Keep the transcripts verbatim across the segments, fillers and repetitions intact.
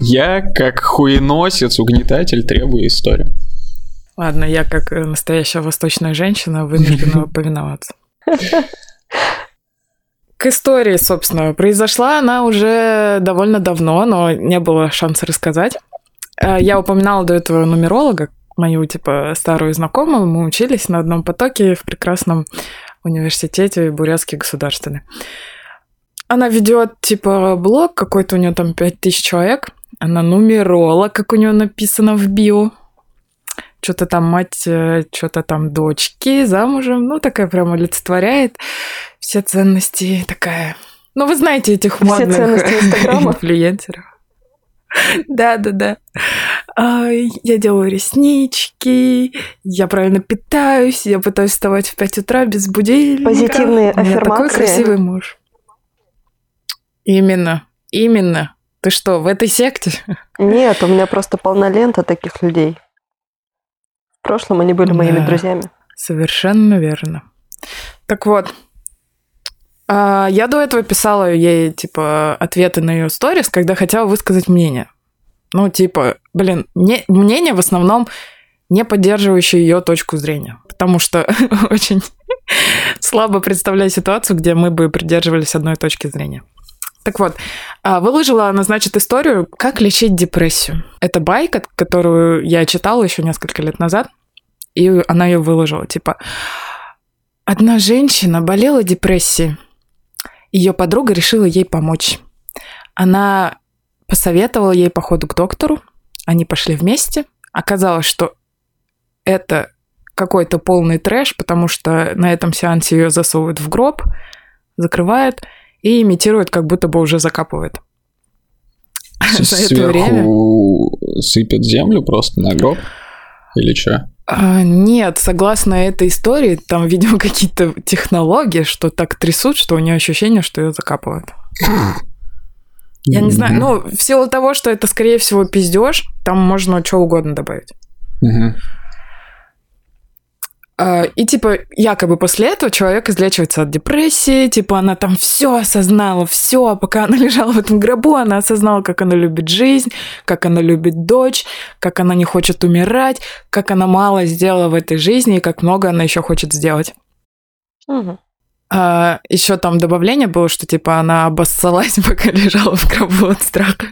Я, как хуеносец, угнетатель, требую историю. Ладно, я, как настоящая восточная женщина, вынуждена повиноваться. К истории, собственно, произошла она уже довольно давно, но не было шанса рассказать. Я упоминала до этого нумеролога, мою, типа, старую знакомую. Мы учились на одном потоке в прекрасном университете Бурятский государственный. Она ведет, типа, блог, какой-то у нее там пять тысяч человек. Она нумеролог, как у нее написано в био. Что-то там мать, что-то там дочки, замужем. Ну, такая прям олицетворяет все ценности. Такая... Ну, вы знаете этих модных инфлюенсеров. Да-да-да. Я делаю реснички, я правильно питаюсь, я пытаюсь вставать в пять утра без будильника. Позитивные аффирмации. Такой красивый муж. Именно, именно. Ты что, в этой секте? Нет, у меня просто полна лента таких людей. В прошлом они были моими да, друзьями. Совершенно верно. Так вот, я до этого писала ей, типа, ответы на ее сторис, когда хотела высказать мнение. Ну, типа, блин, не, мнение в основном не поддерживающее ее точку зрения, потому что очень слабо представляю ситуацию, где мы бы придерживались одной точки зрения. Так вот, выложила она, значит, историю, как лечить депрессию. Это байка, которую я читала еще несколько лет назад, и она ее выложила. Типа, одна женщина болела депрессией, ее подруга решила ей помочь. Она посоветовала ей походу к доктору, они пошли вместе. Оказалось, что это какой-то полный трэш, потому что на этом сеансе ее засовывают в гроб, закрывают и имитируют, как будто бы уже закапывают. За это время сыпят землю просто на гроб? Или что? А, нет, согласно этой истории, там, видимо, какие-то технологии, что так трясут, что у нее ощущение, что ее закапывают. Я не знаю, ну, в силу того, что это, скорее всего, пиздеж, там можно что угодно добавить. И, типа, якобы после этого человек излечивается от депрессии, типа, она там все осознала, все, пока она лежала в этом гробу, она осознала, как она любит жизнь, как она любит дочь, как она не хочет умирать, как она мало сделала в этой жизни и как много она еще хочет сделать. Угу. А, еще там добавление было, что, типа, она обоссалась, пока лежала в гробу от страха.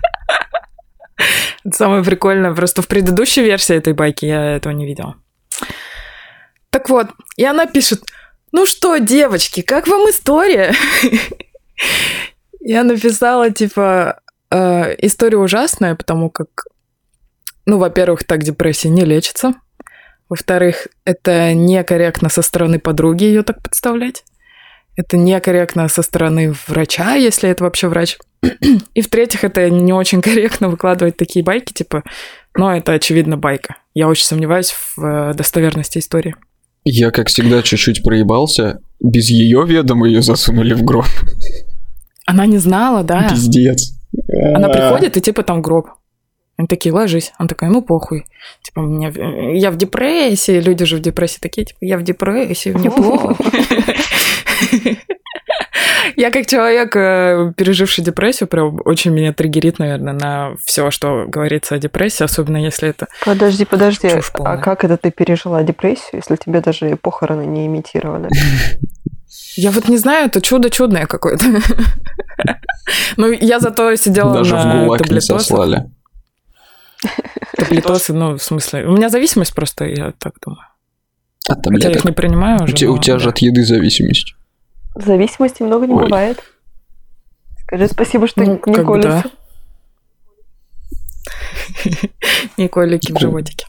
Это самое прикольное. Просто в предыдущей версии этой байки я этого не видела. Так вот, и она пишет: ну что, девочки, как вам история? Я написала, типа, э, история ужасная, потому как, ну, во-первых, так депрессия не лечится. Во-вторых, это некорректно со стороны подруги ее так подставлять. Это некорректно со стороны врача, если это вообще врач. И в-третьих, это не очень корректно выкладывать такие байки, типа, но это, очевидно, байка. Я очень сомневаюсь в достоверности истории. Я, как всегда, чуть-чуть проебался. Без ее ведома ее засунули в гроб. Она не знала, да. Пиздец. Она приходит, и типа там гроб. Они такие: ложись. Она такая: ну похуй. Типа, мне... я в депрессии. Люди же в депрессии такие, типа, я в депрессии, мне плохо. Я как человек, переживший депрессию, прям очень меня триггерит, наверное, на все, что говорится о депрессии, особенно если это... Подожди, подожди, а как это ты пережила депрессию, если тебе даже похороны не имитировали? Я вот не знаю, это чудо чудное какое-то. Ну, я зато сидела даже на в ГУЛАГ не таблетосах. сослали. Таблетосы, ну, в смысле... У меня зависимость просто, я так думаю. От таблеток? Хотя я их не принимаю уже. У тебя, но... у тебя же от еды зависимость. Зависимости много не Ой. бывает. Скажи спасибо, что ну, не колется. Да. Не колики в животике.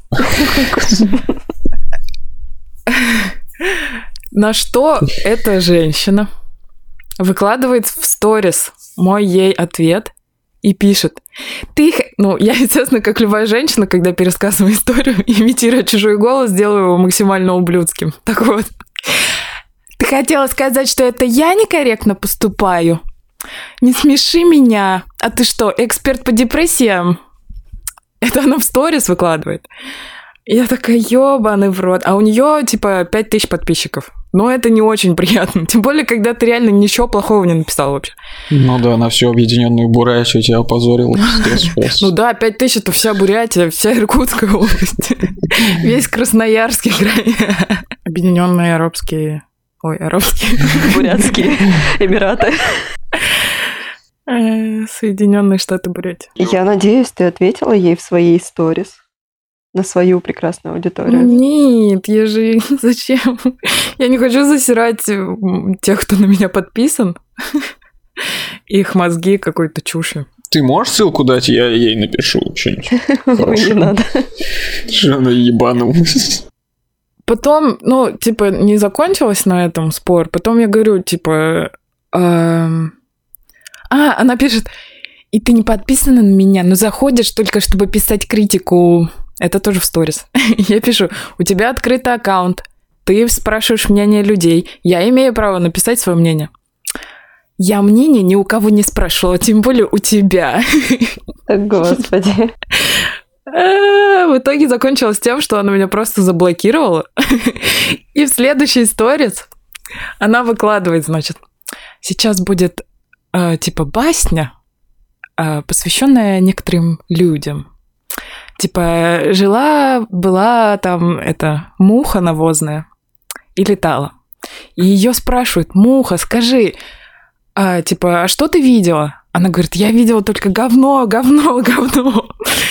На что эта женщина выкладывает в сторис мой ей ответ и пишет: ты... Ну, я, естественно, как любая женщина, когда пересказываю историю, имитируя чужой голос, делаю его максимально ублюдским. Так вот. Ты хотела сказать, что это я некорректно поступаю? Не смеши меня. А ты что, эксперт по депрессиям? Это она в сторис выкладывает. Я такая, ёбаный в рот. А у нее типа пять тысяч подписчиков. Но это не очень приятно. Тем более, когда ты реально ничего плохого не написал вообще. Ну да, на всю объединенную Бурятию тебя опозорил. Ну да, пять тысяч это вся Бурятия, вся Иркутская область. Весь Красноярский край. Объединенные арабские... Ой, арабские. Бурятские Эмираты. Соединенные Штаты Бурятии. Я надеюсь, ты ответила ей в своей сторис на свою прекрасную аудиторию. Нет, я же... Зачем? Я не хочу засирать тех, кто на меня подписан. Их мозги какой-то чушью. Ты можешь ссылку дать? Я ей напишу что-нибудь. Не надо. Что она ебанулась? Потом, ну, типа, не закончилось на этом спор. Потом я говорю, типа... А, она пишет... И ты не подписана на меня, но заходишь только, чтобы писать критику... Это тоже в сторис. Я пишу, у тебя открытый аккаунт, ты спрашиваешь мнение людей, я имею право написать свое мнение. Я мнение ни у кого не спрашивала, тем более у тебя. Господи. В итоге закончилось тем, что она меня просто заблокировала. И в следующей сторис она выкладывает, значит, сейчас будет типа басня, посвященная некоторым людям. Типа, жила, была там эта муха навозная и летала. И ее спрашивают, муха, скажи, а, типа, а что ты видела? Она говорит, я видела только говно, говно, говно.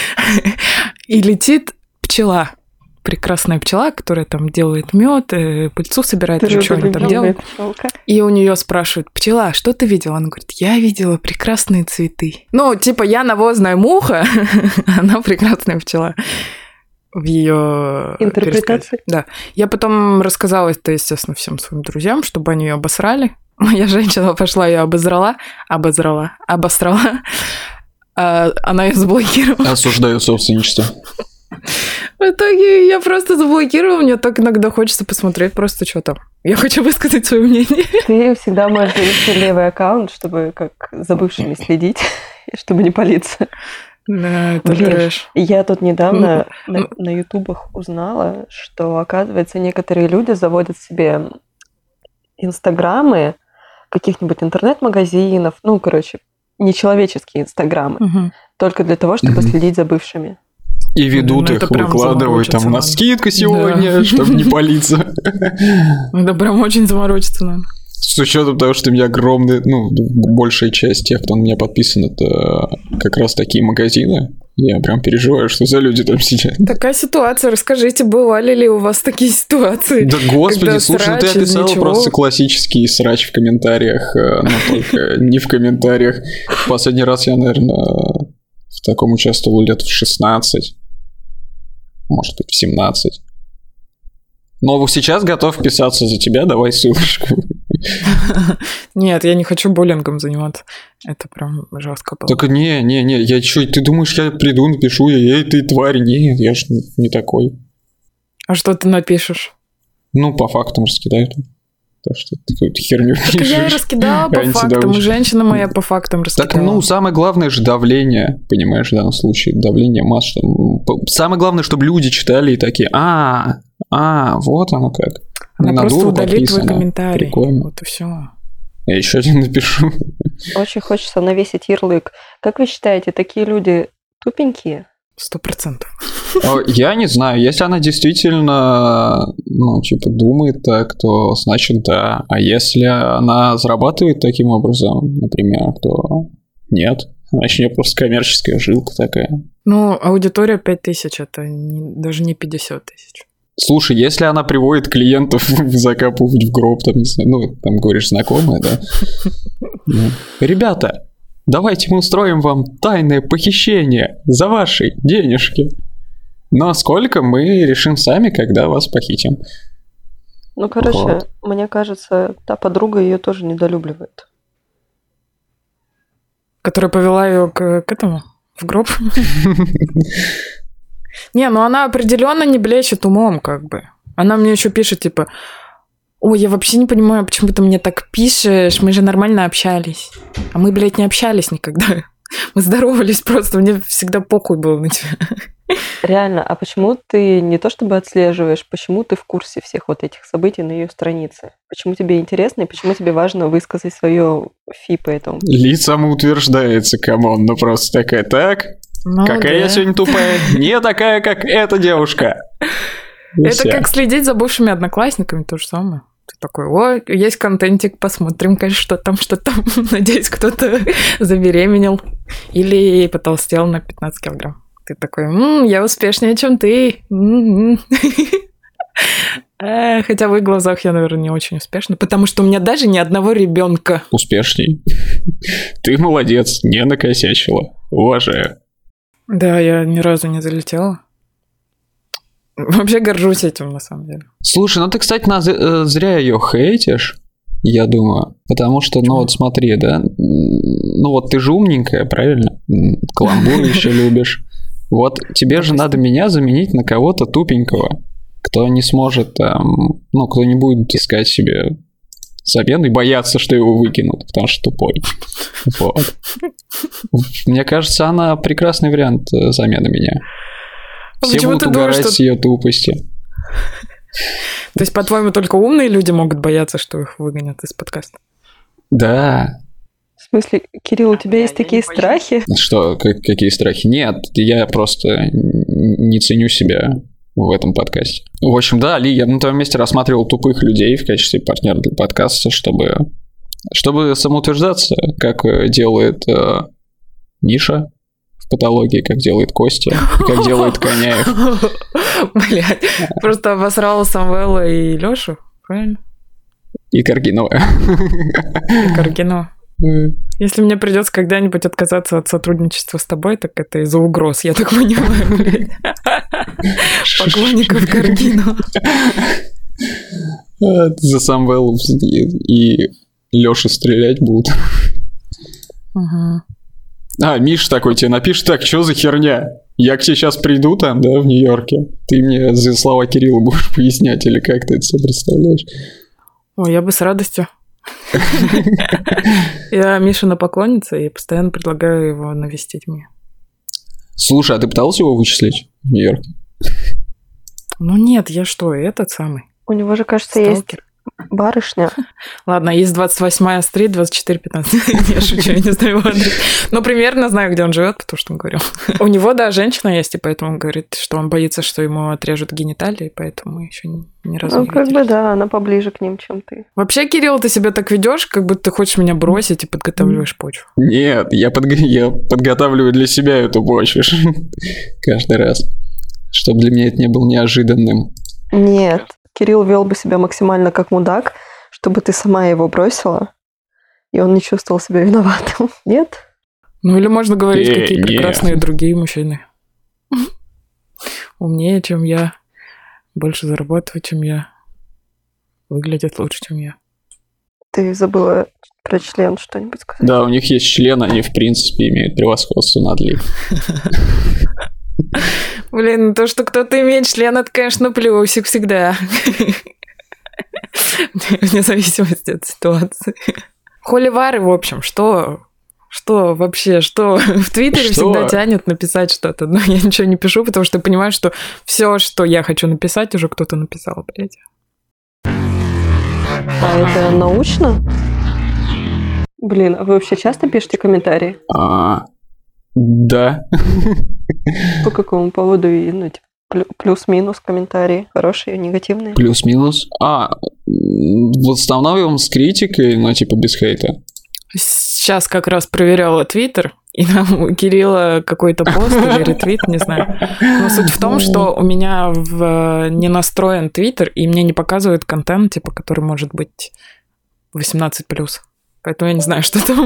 И летит пчела. Прекрасная пчела, которая там делает мед, пыльцу собирает, или что она там делает. Пчелка. И у нее спрашивают, пчела, что ты видела? Она говорит, я видела прекрасные цветы. Ну, типа, я навозная муха, она прекрасная пчела. В ее интерпретации. Да. Я потом рассказала это, естественно, всем своим друзьям, чтобы они ее обосрали. Моя женщина пошла, ее обозрала, обозрала, обосрала. А она ее заблокировала. Осуждаю собственничество. В итоге я просто заблокировала, мне так иногда хочется посмотреть просто, что там. Я хочу высказать свое мнение. Ты всегда можешь завести левый аккаунт, чтобы как за бывшими следить, чтобы не палиться. Да, это Блин, трэш. я тут недавно ну, на, на ютубах узнала, что, оказывается, некоторые люди заводят себе инстаграмы каких-нибудь интернет-магазинов, ну, короче, нечеловеческие инстаграмы, угу. только для того, чтобы следить за бывшими. И ведут ну, их, выкладывают там на скидку сегодня, да. чтобы не палиться. Это прям очень заморочиться надо. С учетом того, что у меня огромная, ну, большая часть тех, кто на меня подписан, это как раз такие магазины. Я прям переживаю, что за люди там сидят. Такая ситуация. Расскажите, бывали ли у вас такие ситуации? Да господи, слушай, ну ты описала просто классический срач в комментариях, но только не в комментариях. Последний раз я, наверное, в таком участвовал лет в шестнадцать. Может быть, в семнадцать. Но сейчас готов вписаться за тебя, давай ссылочку. Нет, я не хочу буллингом заниматься. Это прям жестко было. Так не, не, не, я что, ты думаешь, я приду, напишу, эй, ты тварь? Нет, я же не такой. А что ты напишешь? Ну, по фактам раскидаю. Так что ты какую-то херню пишешь. Так я и раскидала по фактам, и женщина моя по фактам раскидала. Так, ну, самое главное же давление, понимаешь, в данном случае, давление масс. Что... Самое главное, чтобы люди читали и такие, а, а, вот оно как. Она не просто удалит твой комментарий. Прикольно. Вот и все. Я еще один напишу. Очень хочется навесить ярлык. Как вы считаете, такие люди тупенькие? Сто процентов. Я не знаю, если она действительно, ну, типа, думает так, то значит да. А если она зарабатывает таким образом, например, то нет. Значит, у нее просто коммерческая жилка такая. Ну, аудитория пять тысяч, это не, даже не пятьдесят тысяч. Слушай, если она приводит клиентов закапывать в гроб, там, не знаю, ну, там, говоришь, знакомая, да? Ребята, давайте мы устроим вам тайное похищение за ваши денежки. Но сколько мы решим сами, когда вас похитим. Ну, короче, вот. Мне кажется, та подруга ее тоже недолюбливает. Которая повела ее к, к этому, в гроб? Не, ну она определенно не блещет умом, как бы. Она мне еще пишет, типа, ой, я вообще не понимаю, почему ты мне так пишешь, мы же нормально общались. А мы, блядь, не общались никогда. Мы здоровались просто, мне всегда похуй было на тебя. Реально, а почему ты не то чтобы отслеживаешь, почему ты в курсе всех вот этих событий на ее странице? Почему тебе интересно и почему тебе важно высказать свое фи по этому? Ли самоутверждается, камон, ну просто такая, так, ну, какая да. я сегодня тупая, не такая, как эта девушка. И Это все. Как следить за бывшими одноклассниками, то же самое. Ты такой, о, есть контентик, посмотрим, конечно, что там, что там. Надеюсь, кто-то забеременел или потолстел на пятнадцать килограмм. Ты такой, м-м, я успешнее, чем ты. Хотя в их глазах я, наверное, не очень успешна, потому что у меня даже ни одного ребенка. Успешней. Ты молодец, не накосячила. Уважаю. Да, я ни разу не залетела. Вообще горжусь этим, на самом деле. Слушай, ну ты, кстати, на, зря ее хейтишь, я думаю. Потому что, ну вот смотри, да, ну вот ты же умненькая, правильно? Каламбуры еще любишь. Вот тебе же надо меня заменить на кого-то тупенького, кто не сможет там, ну, кто не будет искать себе замену и бояться, что его выкинут, потому что тупой. Вот. Мне кажется, она прекрасный вариант замены меня. Все Почему будут угорать думаешь, что... с ее тупости. То есть, по-твоему, только умные люди могут бояться, что их выгонят из подкаста? Да. В смысле, Кирилл, у тебя есть такие страхи? Что, как, какие страхи? Нет, я просто не ценю себя в этом подкасте. В общем, да, Ли, я бы на твоем месте рассматривал тупых людей в качестве партнера для подкаста, чтобы, чтобы самоутверждаться, как делает э, Миша в патологии, как делает Костя, как делает Коняев. Блядь, просто обосрала Самвела и Лёшу, правильно? И Каргинова. И Каргинова. Если мне придется когда-нибудь отказаться от сотрудничества с тобой, так это из-за угроз, я так понимаю, блядь. Поклонников Каргинова. За Самвел и Лёшу стрелять будут. А, Миш такой тебе напишет, так, что за херня? Я к тебе сейчас приду там, да, в Нью-Йорке. Ты мне за слова Кирилла будешь пояснять, или как ты это себе представляешь? Ой, я бы с радостью. Я Мишина поклонница и постоянно предлагаю его навестить мне. Слушай, а ты пытался его вычислить в Нью-Йорке? Ну нет, я что, этот самый. У него же, кажется, есть барышня. Ладно, есть двадцать восьмая стрит, двадцать четыре пятнадцать. Я шучу, я не знаю его адрес. Но примерно знаю, где он живет, потому что он говорил. У него, да, женщина есть, и поэтому он говорит, что он боится, что ему отрежут гениталии, поэтому еще ни разу ну, не как бы да, она поближе к ним, чем ты. Вообще, Кирилл, ты себя так ведешь, как будто ты хочешь меня бросить и подготавливаешь почву. Нет, я, под... я подготавливаю для себя эту почву каждый раз, чтобы для меня это не было неожиданным. Нет. Кирилл вел бы себя максимально как мудак, чтобы ты сама его бросила, и он не чувствовал себя виноватым. Нет? Ну или можно говорить, э, какие нет. прекрасные другие мужчины. Умнее, чем я, больше зарабатывают, чем я, выглядят лучше, чем я. Ты забыла про член что-нибудь сказать? Да, у них есть член, они в принципе имеют превосходство над Ли. Блин, то, что кто-то имеет член, это, конечно, плюсик всегда. Вне зависимости от ситуации. Холивары, в общем, что... Что вообще, что в Твиттере что? Всегда тянет написать что-то, но я ничего не пишу, потому что понимаю, что все, что я хочу написать, уже кто-то написал, блядь. А это научно? Блин, а вы вообще часто пишете комментарии? А, да. По какому поводу? Ну, типа, плюс-минус комментарии, хорошие, негативные? Плюс-минус. А, в основном с критикой, но типа без хейта. Сейчас как раз проверяла Твиттер, и там у Кирилла какой-то пост или ретвит, не знаю. Но суть в том, что у меня в... не настроен Твиттер, и мне не показывает контент, типа, который может быть восемнадцать плюс. Поэтому я не знаю, что там.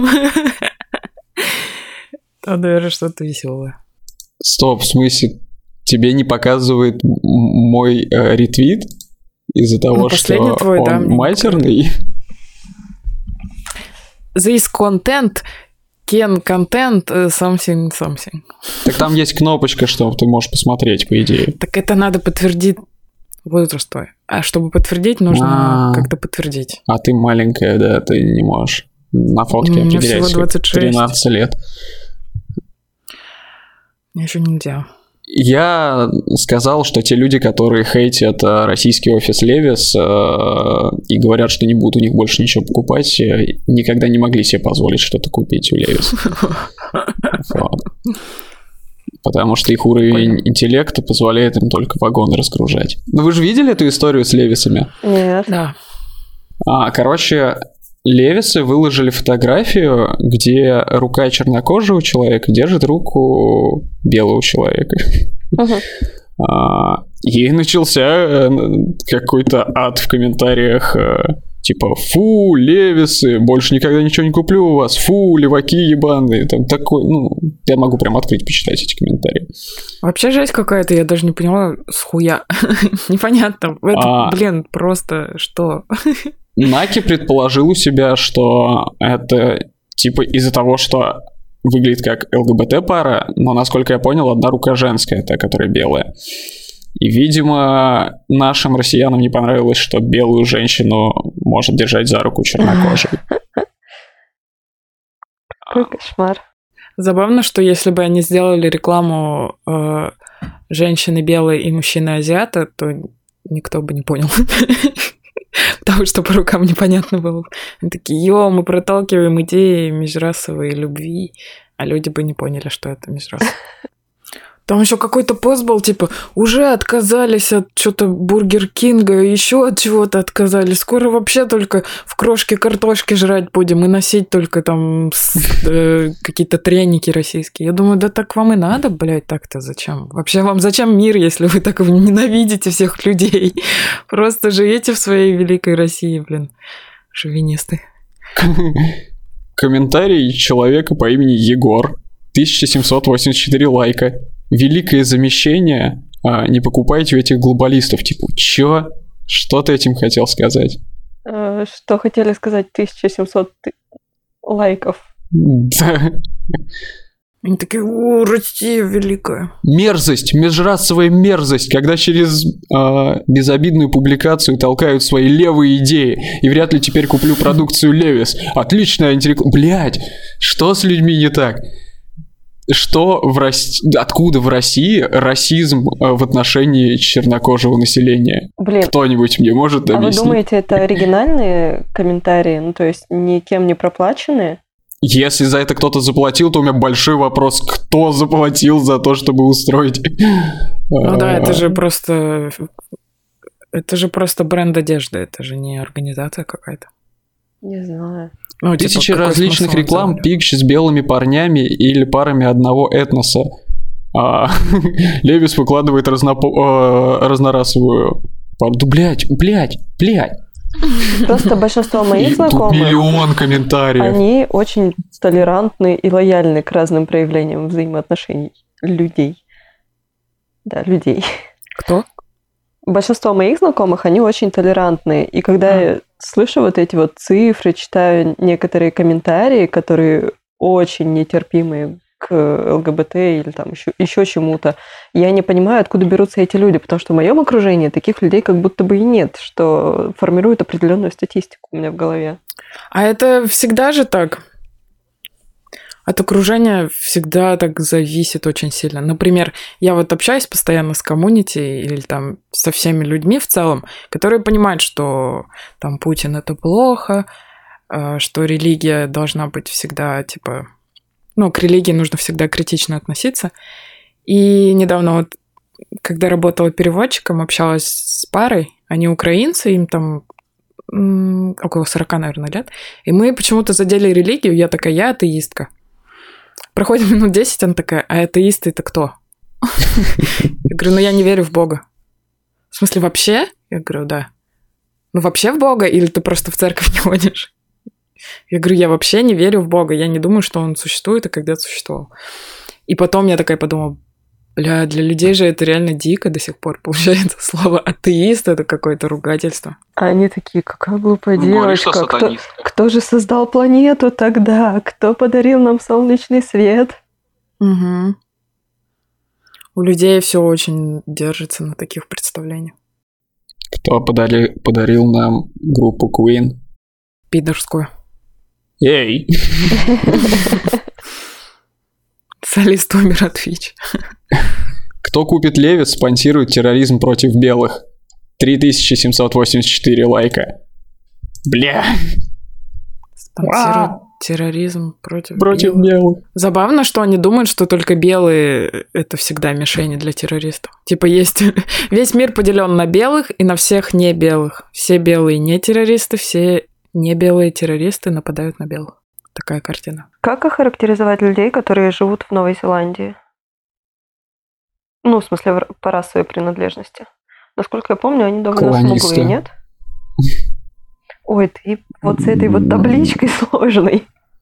Там, наверное, что-то веселое. Стоп, в смысле, тебе не показывает мой э, ретвит из-за того, ну, что твой, он да, матерный? This content, can content, something, something. Так там есть кнопочка, что ты можешь посмотреть, по идее. Так это надо подтвердить возраст твой. А чтобы подтвердить, нужно А-а-а. как-то подтвердить. А ты маленькая, да, ты не можешь на фотке определять. Всего двадцать шесть. тринадцать лет. Еще нельзя. Я сказал, что те люди, которые хейтят российский офис Levi's э, и говорят, что не будут у них больше ничего покупать, никогда не могли себе позволить что-то купить у Levi's. Потому что их уровень интеллекта позволяет им только вагоны разгружать. Ну, вы же видели эту историю с Levi's'ами? Нет. Да. А, короче, Levi's'ы выложили фотографию, где рука чернокожего человека держит руку белого человека. Uh-huh. А, и начался какой-то ад в комментариях, типа «Фу, Levi's'ы, больше никогда ничего не куплю у вас, фу, леваки ебаные». Там такой, ну, я могу прям открыть, почитать эти комментарии. Вообще жесть какая-то, я даже не поняла, с хуя. Непонятно. Это, а... блин, просто что... Наки предположил у себя, что это типа из-за того, что выглядит как ЛГБТ-пара, но, насколько я понял, одна рука женская, та, которая белая. И, видимо, нашим россиянам не понравилось, что белую женщину может держать за руку чернокожий. Какой кошмар. Забавно, что если бы они сделали рекламу э, женщины белой и мужчины азиата, то никто бы не понял. Потому что по рукам непонятно было. Они такие, йо, мы проталкиваем идеи межрасовой любви, а люди бы не поняли, что это межрасовая. Там еще какой-то пост был, типа, уже отказались от что-то Бургер Кинга, еще от чего-то отказались. Скоро вообще только в крошке картошки жрать будем и носить только там с, э, какие-то треники российские. Я думаю, да так вам и надо, блядь, так-то зачем? Вообще вам зачем мир, если вы так ненавидите всех людей? Просто живите в своей великой России, блин, шовинисты. Комментарий человека по имени Егор. тысяча семьсот восемьдесят четыре лайка. Великое замещение. А, не покупайте у этих глобалистов. Типа, чё? Что ты этим хотел сказать? Что хотели сказать тысяча семьсот лайков? Да. Они такие, о, Россия великая. Мерзость, межрасовая мерзость, когда через э, безобидную публикацию толкают свои левые идеи. И вряд ли теперь куплю продукцию Levi's. Отличная антиреклама. Блядь, что с людьми не так? Что в России, откуда в России расизм в отношении чернокожего населения? Блин. Кто-нибудь мне может объяснить? А вы думаете, это оригинальные комментарии, ну то есть никем не проплаченные? Если за это кто-то заплатил, то у меня большой вопрос, кто заплатил за то, чтобы устроить? Ну да, это же просто, это же просто бренд одежды, это же не организация какая-то. Не знаю. Ну, тысячи типа, различных реклам, пикч с белыми парнями или парами одного этноса. А, Levi's выкладывает разнопо- э, разнорасовую пару. Блять, блять, блять. Просто большинство моих знакомых, миллион комментариев. Они очень толерантны и лояльны к разным проявлениям взаимоотношений людей. Да, людей. Кто? Большинство моих знакомых, они очень толерантные. И когда а. я слышу вот эти вот цифры, читаю некоторые комментарии, которые очень нетерпимые к ЛГБТ или там еще, еще чему-то, я не понимаю, откуда берутся эти люди, потому что в моем окружении таких людей как будто бы и нет, что формирует определенную статистику у меня в голове. А это всегда же так? От окружения всегда так зависит очень сильно. Например, я вот общаюсь постоянно с комьюнити или там со всеми людьми в целом, которые понимают, что там Путин — это плохо, что религия должна быть всегда, типа... Ну, к религии нужно всегда критично относиться. И недавно вот, когда работала переводчиком, общалась с парой, они украинцы, им там м- около сорок, наверное, лет, и мы почему-то задели религию, я такая, я атеистка. Проходит минут десять, она такая, а атеисты это кто? Я говорю, ну я не верю в Бога. В смысле, вообще? Я говорю, да. Ну вообще в Бога или ты просто в церковь не ходишь? Я говорю, я вообще не верю в Бога, я не думаю, что он существует и когда-то существовал. И потом я такая подумала, бля, для людей же это реально дико до сих пор получается. Слово атеист — это какое-то ругательство. А они такие, какая глупая ну, девочка. Кто, кто же создал планету тогда? Кто подарил нам солнечный свет? Угу. У людей все очень держится на таких представлениях. Кто подари, подарил нам группу Queen? Пидорскую. Эй! Специалист умер от ВИЧ. Кто купит Левит, спонсирует терроризм против белых. три тысячи семьсот восемьдесят четыре лайка. Бля. Спонсирует терроризм против, против белых. белых. Забавно, что они думают, что только белые — это всегда мишени для террористов. Типа есть... Весь мир поделен на белых и на всех не белых. Все белые не террористы, все не белые террористы нападают на белых. Такая картина. Как охарактеризовать людей, которые живут в Новой Зеландии? Ну, в смысле, по расовой принадлежности. Насколько я помню, они довольно Колонисты. смуглые, нет? Ой, ты вот с этой вот табличкой сложной.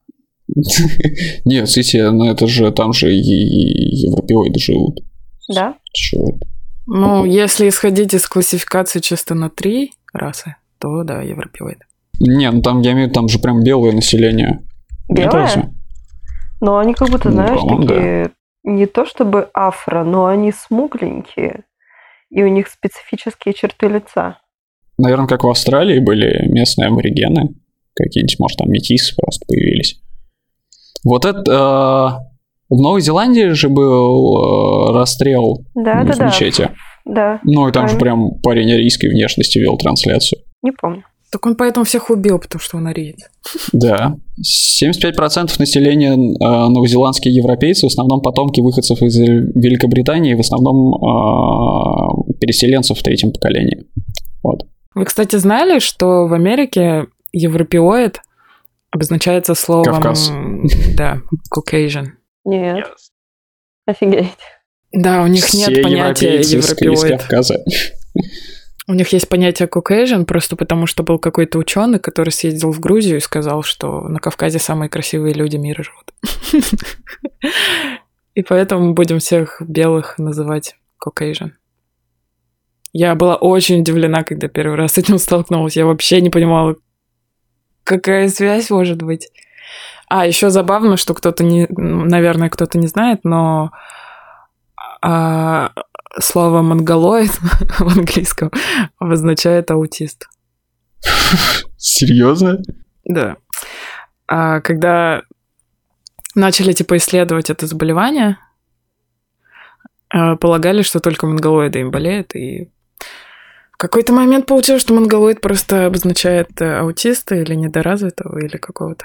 Нет, смотрите, ну это же, там же и европеоиды живут. Да? Чего это? Ну, если исходить из классификации чисто на три расы, то да, европеоиды. Не, ну там, я имею в виду, там же прям белое население. Белое? Но они как будто, знаешь, Ну, такие... Не то чтобы афро, но они смугленькие. И у них специфические черты лица. Наверное, как в Австралии были местные аборигены. Какие-нибудь, может, там метисы просто появились. Вот это... Э, в Новой Зеландии же был э, расстрел да, в да, мечети. Да. Ну, и там а... же прям парень арийской внешности вел трансляцию. Не помню. Так он поэтому всех убил, потому что он ариец. Да. семьдесят пять процентов населения э, новозеландские европейцы, в основном потомки выходцев из Великобритании, в основном э, переселенцев в третьем поколении. Вот. Вы, кстати, знали, что в Америке европеоид обозначается словом... Кавказ. Да, Caucasian. Нет. Yes. Офигеть. Да, у них Все нет понятия европеоид. Из Кавказа. У них есть понятие Caucasian, просто потому что был какой-то ученый, который съездил в Грузию и сказал, что на Кавказе самые красивые люди мира живут. И поэтому мы будем всех белых называть Caucasian. Я была очень удивлена, когда первый раз с этим столкнулась. Я вообще не понимала, какая связь может быть. А, еще забавно, что кто-то не... Наверное, кто-то не знает, но... А... Слово «монголоид» в английском обозначает аутист. Серьезно? Да. А когда начали типа исследовать это заболевание, полагали, что только монголоиды им болеют, и в какой-то момент получилось, что монголоид просто обозначает аутиста или недоразвитого, или какого-то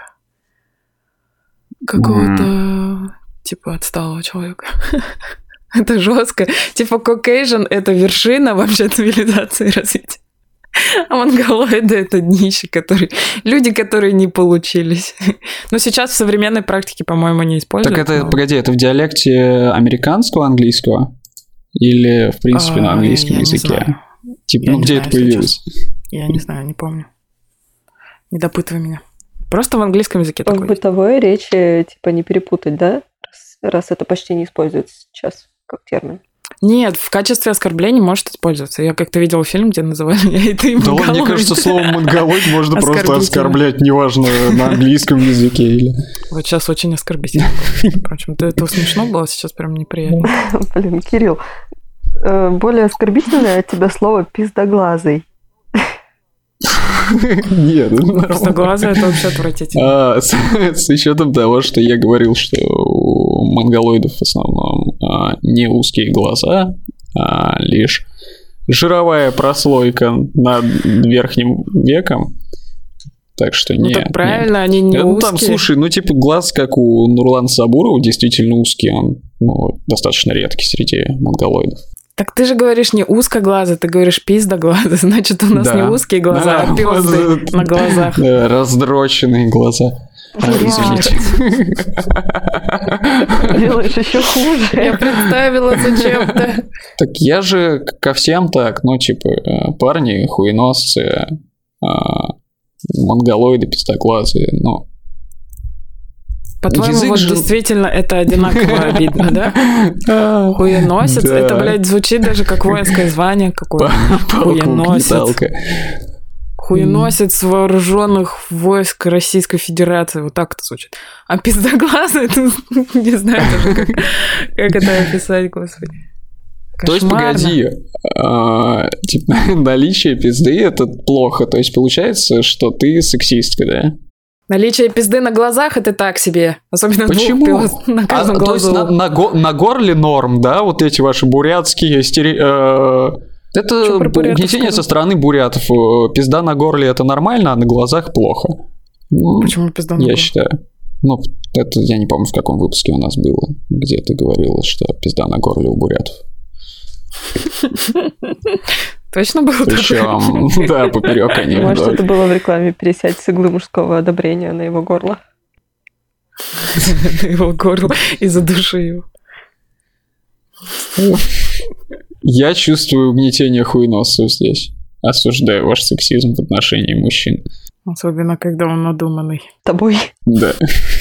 какого-то mm. типа отсталого человека. Это жестко. Типа Caucasian — это вершина вообще цивилизации и развития. А монголоиды — это днище, которые... Люди, которые не получились. Но сейчас в современной практике, по-моему, не используют. Так это, но... погоди, это в диалекте американского английского? Или, в принципе, а, на английском я языке? Типа, я ну где знаю, это появилось? Я не знаю, не помню. Не допытывай меня. Просто в английском языке такой. В бытовой речи, типа, не перепутать, да? Раз, раз это почти не используется сейчас как термин. Нет, в качестве оскорбления может использоваться. Я как-то видела фильм, где называли меня это и да ладно, мне кажется, словом монголоид можно просто оскорблять, неважно, на английском языке или... Вот сейчас очень оскорбительно. Впрочем, это смешно было, сейчас прям неприятно. Блин, Кирилл, более оскорбительное от тебя слово «пиздоглазый». Нет, ну пиздоглазый — это вообще отвратительно. А, с, с учетом того, что я говорил, что у монголоидов в основном а, не узкие глаза, а лишь жировая прослойка над верхним веком. Так что ну, нет. Так правильно, нет. они не ну, узкие. Там, слушай, ну типа глаз, как у Нурлана Сабурова, действительно узкий. Он ну, достаточно редкий среди монголоидов. Так ты же говоришь не узкоглазый, ты говоришь пиздоглазый. Значит, у нас да. не узкие глаза, да, а пёзды на глазах. Да, раздроченные глаза. Извините. Делаешь еще хуже. Я представила зачем-то. Так я же ко всем так, ну, типа, парни, хуеносцы, монголоиды, пистоглазые, ну. По-твоему, вот же... действительно это одинаково обидно, да? Хуеносец, да. Это, блядь, звучит даже как воинское звание какое-то. Хуеносец. Хуеносец вооруженных войск Российской Федерации. Вот так это звучит. А пиздоглазый, не знаю даже, как, как это описать, господи. Кошмарно. То есть, погоди, а, типа, наличие пизды — это плохо. То есть, получается, что ты сексистка, да? Наличие пизды на глазах – это так себе. Особенно Почему? двух пёс на каждом а, глазу. То есть на, на, го, на горле норм, да? Вот эти ваши бурятские стери... Э, это угнетение со стороны бурятов. Пизда на горле – это нормально, а на глазах плохо. Ну, почему пизда на я горле? Я считаю. Ну, это я не помню, в каком выпуске у нас было, где ты говорила, что пизда на горле у бурятов. Точно было такое? Причем, да, поперек они. Может, это было в рекламе «Пересядь с иглы мужского одобрения на его горло». На его горло и задуши его. Я чувствую угнетение хуеносцев здесь. Осуждаю ваш сексизм в отношении мужчин. Особенно, когда он надуманный. Тобой. Да.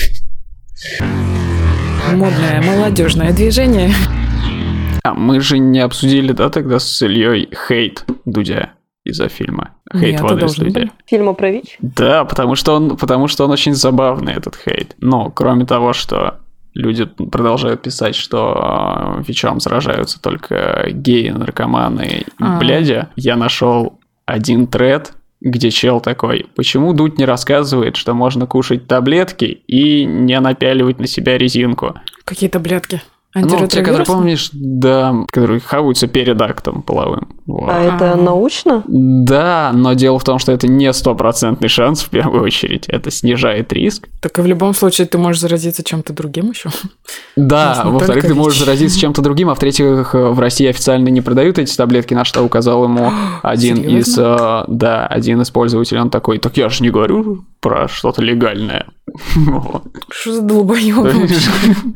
Модное, молодежное движение. А мы же не обсудили, да, тогда с Ильей хейт Дудя из-за фильма? Хейт в адрес Дудя. Фильма про ВИЧ? Да, потому что, он, потому что он очень забавный, этот хейт. Но кроме того, что люди продолжают писать, что ВИЧом заражаются только геи, наркоманы и а. бляди, я нашел один тред, где чел такой: почему Дудь не рассказывает, что можно кушать таблетки и не напяливать на себя резинку? Какие таблетки? Ну, те, которые, помнишь, да, которые хаваются перед актом половым. Вот. А это научно? Да, но дело в том, что это не стопроцентный шанс, в первую очередь. Это снижает риск. Так и в любом случае ты можешь заразиться чем-то другим еще. Да, во-вторых, ты можешь заразиться чем-то другим, а в-третьих, в России официально не продают эти таблетки, на что указал ему один из, да, один из пользователей. Он такой: так я же не говорю про что-то легальное. Что за долбоёб вообще?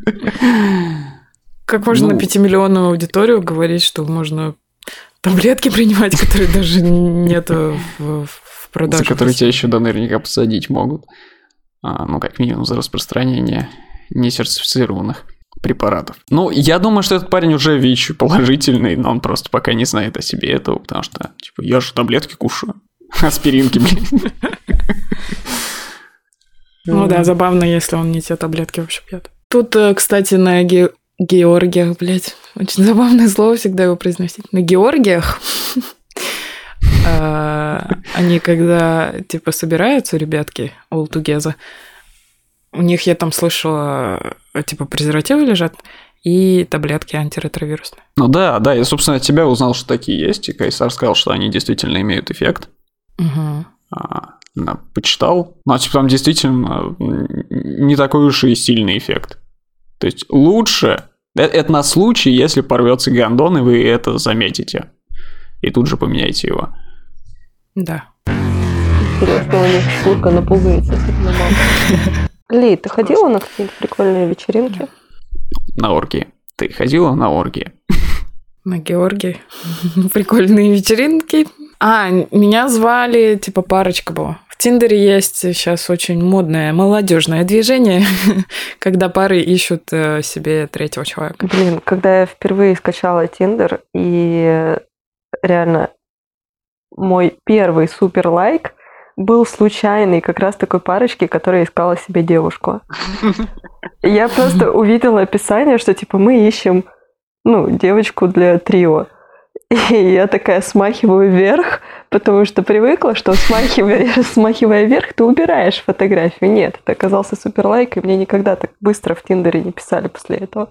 Как можно ну, на пятимиллионную аудиторию говорить, что можно таблетки принимать, которые даже нет в, в продаже? За которые тебя еще да, наверняка посадить могут. А, ну, как минимум, за распространение несертифицированных препаратов. Ну, я думаю, что этот парень уже ВИЧ положительный, но он просто пока не знает о себе этого, потому что, типа, я же таблетки кушаю. Аспиринки, блин. Ну да, забавно, если он не те таблетки вообще пьет. Тут, кстати, на ге... Георгиях, блядь, очень забавное слово, всегда его произносить. На Георгиях они когда, типа, собираются, ребятки, all together, у них, я там слышала, типа, презервативы лежат и таблетки антиретровирусные. Ну да, да, я, собственно, от тебя узнал, что такие есть, и Кайсар сказал, что они действительно имеют эффект. Почитал. Ну, типа, там действительно не такой уж и сильный эффект. То есть лучше, это на случай, если порвется гондон, и вы это заметите. И тут же поменяйте его. Да. Интересно, у них шкурка напугается с этим мамой. Ли, ты ходила на какие-то прикольные вечеринки? На оргии. Ты ходила на оргии? На Георгии. Прикольные вечеринки. А, меня звали, типа, парочка была. В Тиндере есть сейчас очень модное молодежное движение, когда пары ищут себе третьего человека. Блин, когда я впервые скачала Тиндер, и реально мой первый супер лайк был случайный как раз такой парочки, которая искала себе девушку. Я просто увидела описание, что типа мы ищем, ну, девочку для трио. И я такая смахиваю вверх, потому что привыкла, что смахивая, смахивая вверх, ты убираешь фотографию. Нет, это оказался супер лайк, и мне никогда так быстро в Тиндере не писали после этого.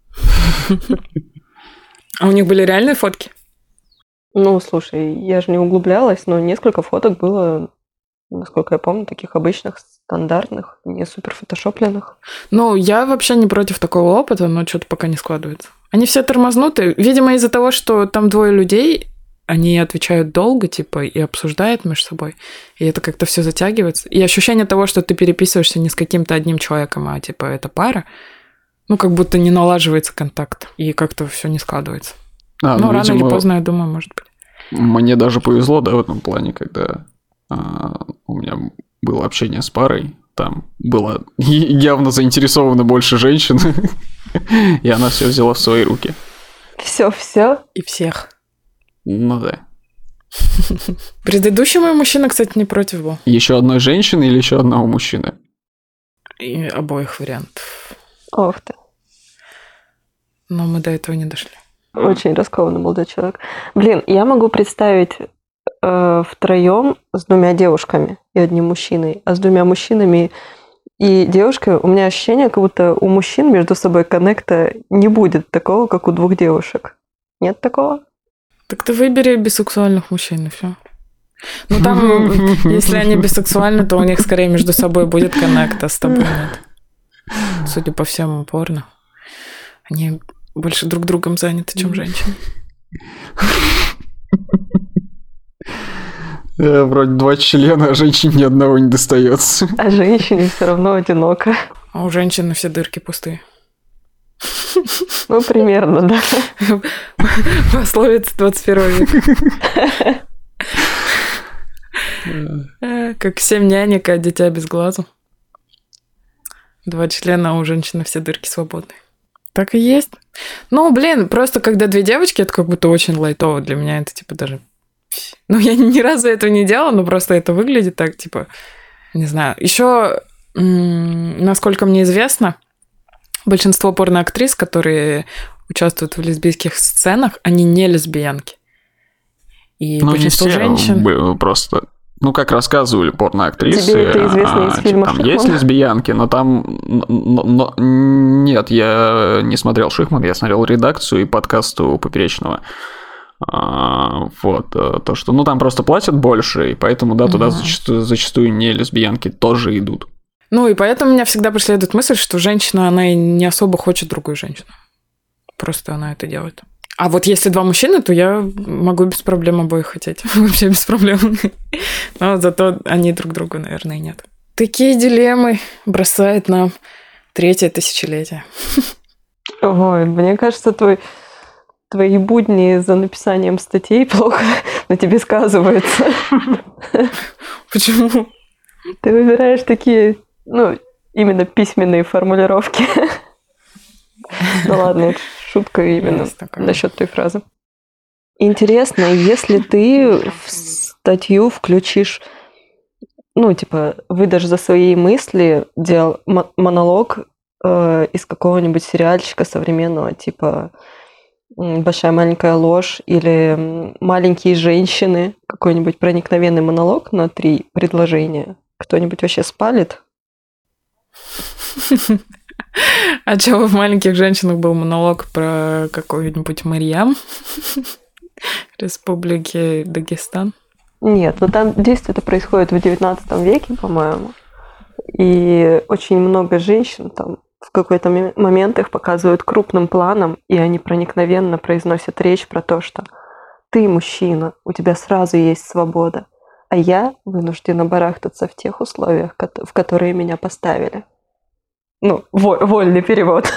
А у них были реальные фотки? Ну, слушай, я же не углублялась, но несколько фоток было, насколько я помню, таких обычных, стандартных, не супер фотошопленных. Ну, я вообще не против такого опыта, но что-то пока не складывается. Они все тормознуты. Видимо, из-за того, что там двое людей, они отвечают долго, типа, и обсуждают между собой. И это как-то все затягивается. И ощущение того, что ты переписываешься не с каким-то одним человеком, а, типа, это пара, ну, как будто не налаживается контакт. И как-то все не складывается. А, ну, ну, рано видимо, или поздно, я думаю, может быть. Мне даже повезло, да, в этом плане, когда а, у меня было общение с парой. Там было явно заинтересовано больше женщин. И она все взяла в свои руки. Все-все? И всех. Ну да. Предыдущий мой мужчина, кстати, не против был. Еще одной женщины или еще одного мужчины? И обоих вариантов. Ох ты. Но мы до этого не дошли. Очень раскованный молодой человек. Блин, я могу представить э, втроем с двумя девушками и одним мужчиной, а с двумя мужчинами и девушкой у меня ощущение, как будто у мужчин между собой коннекта не будет такого, как у двух девушек. Нет такого? Так ты выбери бисексуальных мужчин, и все. Ну там, если они бисексуальны, то у них скорее между собой будет коннект, а с тобой нет. Судя по всем, порно. Они больше друг другом заняты, чем женщины. Вроде два члена, а женщине ни одного не достается. А женщине все равно одиноко. А у женщины все дырки пустые. Ну, примерно, да. Пословица двадцать первого века. Как семь нянек, а дитя без глазу. Два члена, а у женщины все дырки свободны. Так и есть. Ну, блин, просто когда две девочки, это как будто очень лайтово для меня. Это типа даже... Ну, я ни разу этого не делала, но просто это выглядит так, типа... Не знаю. Еще, насколько мне известно, большинство порноактрис, которые участвуют в лесбийских сценах, они не лесбиянки. И ну, большинство не все, женщин... Просто... Ну, как рассказывали порноактрисы, тебе это известно из фильма там «Шихман»? Есть лесбиянки, но там... Но, но, нет, я не смотрел «Шихман», я смотрел редакцию и подкаст у Поперечного. А, вот, то, что... Ну, там просто платят больше, и поэтому, да, туда mm-hmm. зачастую, зачастую не лесбиянки тоже идут. Ну, и поэтому меня всегда преследует мысль, что женщина, она не особо хочет другую женщину. Просто она это делает. А вот если два мужчины, то я могу без проблем обоих хотеть. Вообще без проблем. Но зато они друг другу, наверное, нет. Такие дилеммы бросает нам третье тысячелетие. Ой, мне кажется, твой, твои будни за написанием статей плохо на тебе сказываются. Почему? Ты выбираешь такие, ну, именно письменные формулировки. Ну ладно, это шутка именно насчет той фразы. Интересно, если ты в статью включишь, ну, типа, выдашь за свои мысли дел, монолог э, из какого-нибудь сериальчика современного, типа «Большая маленькая ложь» или «Маленькие женщины», какой-нибудь проникновенный монолог на три предложения, кто-нибудь вообще спалит? А чего в «Маленьких женщинах» был монолог про какую-нибудь Марьям? Республики Дагестан? Нет, но там действие-то происходит в девятнадцатом веке, по-моему. И очень много женщин там в какой-то момент их показывают крупным планом, и они проникновенно произносят речь про то, что ты мужчина, у тебя сразу есть свобода, а я вынуждена барахтаться в тех условиях, в которые меня поставили. Ну, вольный перевод.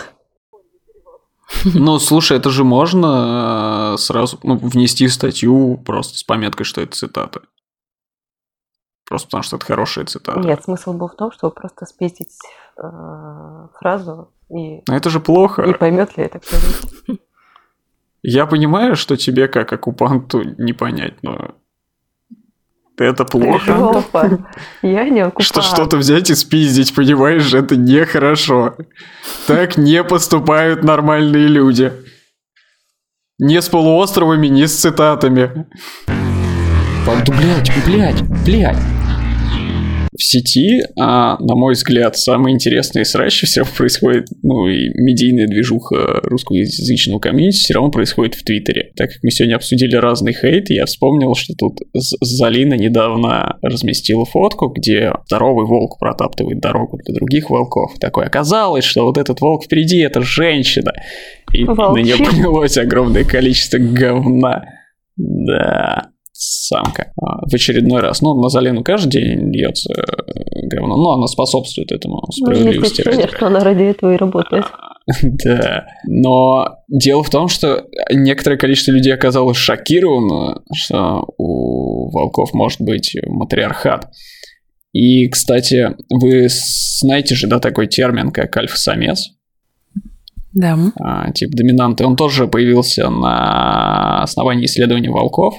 Ну, слушай, это же можно сразу ну, внести в статью просто с пометкой, что это цитата. Просто потому, что это хорошая цитата. Нет, смысл был в том, чтобы просто спиздить э, фразу и... Но это же плохо. И поймет ли это кто-нибудь. Я понимаю, что тебе как оккупанту не понять, но... Это плохо. Жопа. Я не оккупант. Что что-то взять и спиздить, понимаешь, это нехорошо. Так не поступают нормальные люди. Не с полуостровами, не с цитатами. Да блядь, блядь, блядь. В сети, а, на мой взгляд, самые интересные срачи все равно происходят, ну и медийная движуха русскоязычного комьюнити все равно происходит в Твиттере. Так как мы сегодня обсудили разный хейт, я вспомнил, что тут Залина недавно разместила фотку, где здоровый волк протаптывает дорогу для других волков. Такое оказалось, что вот этот волк впереди — это женщина. И Волчи. На нее полилось огромное количество говна. Да... Самка. В очередной раз. Ну, на Залину каждый день льется говно, но она способствует этому справедливости. Ну, есть что она ради этого и работает. Да. Но дело в том, что некоторое количество людей оказалось шокировано, что у волков может быть матриархат. И, кстати, вы знаете же, да, такой термин, как альфа-самец? Да. А, тип доминанты. Он тоже появился на основании исследований волков.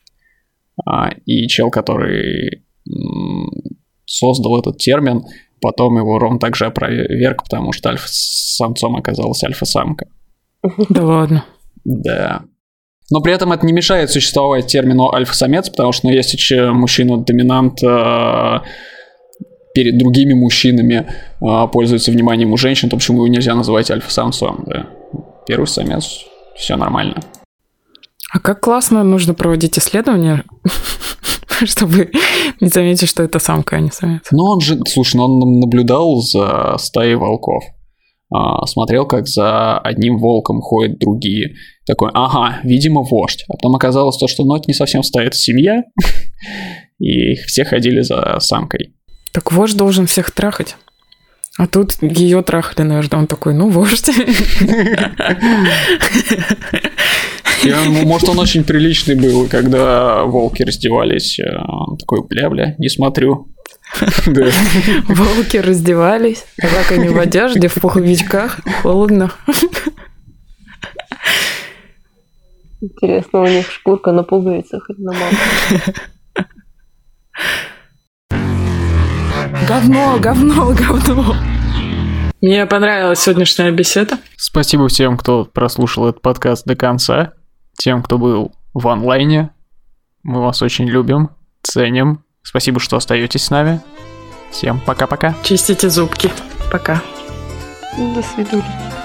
И чел, который создал этот термин, потом его ровно так же опроверг, потому что альфа-самцом оказалась альфа-самка. Да ладно. Да. Но при этом это не мешает существовать термину альфа-самец, потому что, ну, если мужчина-доминант э, перед другими мужчинами э, пользуется вниманием у женщин, то почему его нельзя называть альфа-самцом? Да? Первый самец, все нормально. А как классно нужно проводить исследования, чтобы не заметить, что это самка, а не самец. Ну, он же, слушай, ну он наблюдал за стаей волков. Смотрел, как за одним волком ходят другие. Такой, ага, видимо, вождь. А потом оказалось то, что ну, это не совсем стая, это семья. И все ходили за самкой. Так вождь должен всех трахать. А тут ее трахали, наверное. Он такой, ну, вождь. Я, может, он очень приличный был, когда волки раздевались. Он такой, бля-бля, не смотрю. Волки раздевались, а как они в одежде, в пуховичках, холодно. Интересно, у них шкурка на пуговицах или на мамке? Говно, говно, говно. Мне понравилась сегодняшняя беседа. Спасибо всем, кто прослушал этот подкаст до конца. Тем, кто был в онлайне. Мы вас очень любим, ценим. Спасибо, что остаетесь с нами. Всем пока-пока. Чистите зубки. Пока. До свидания.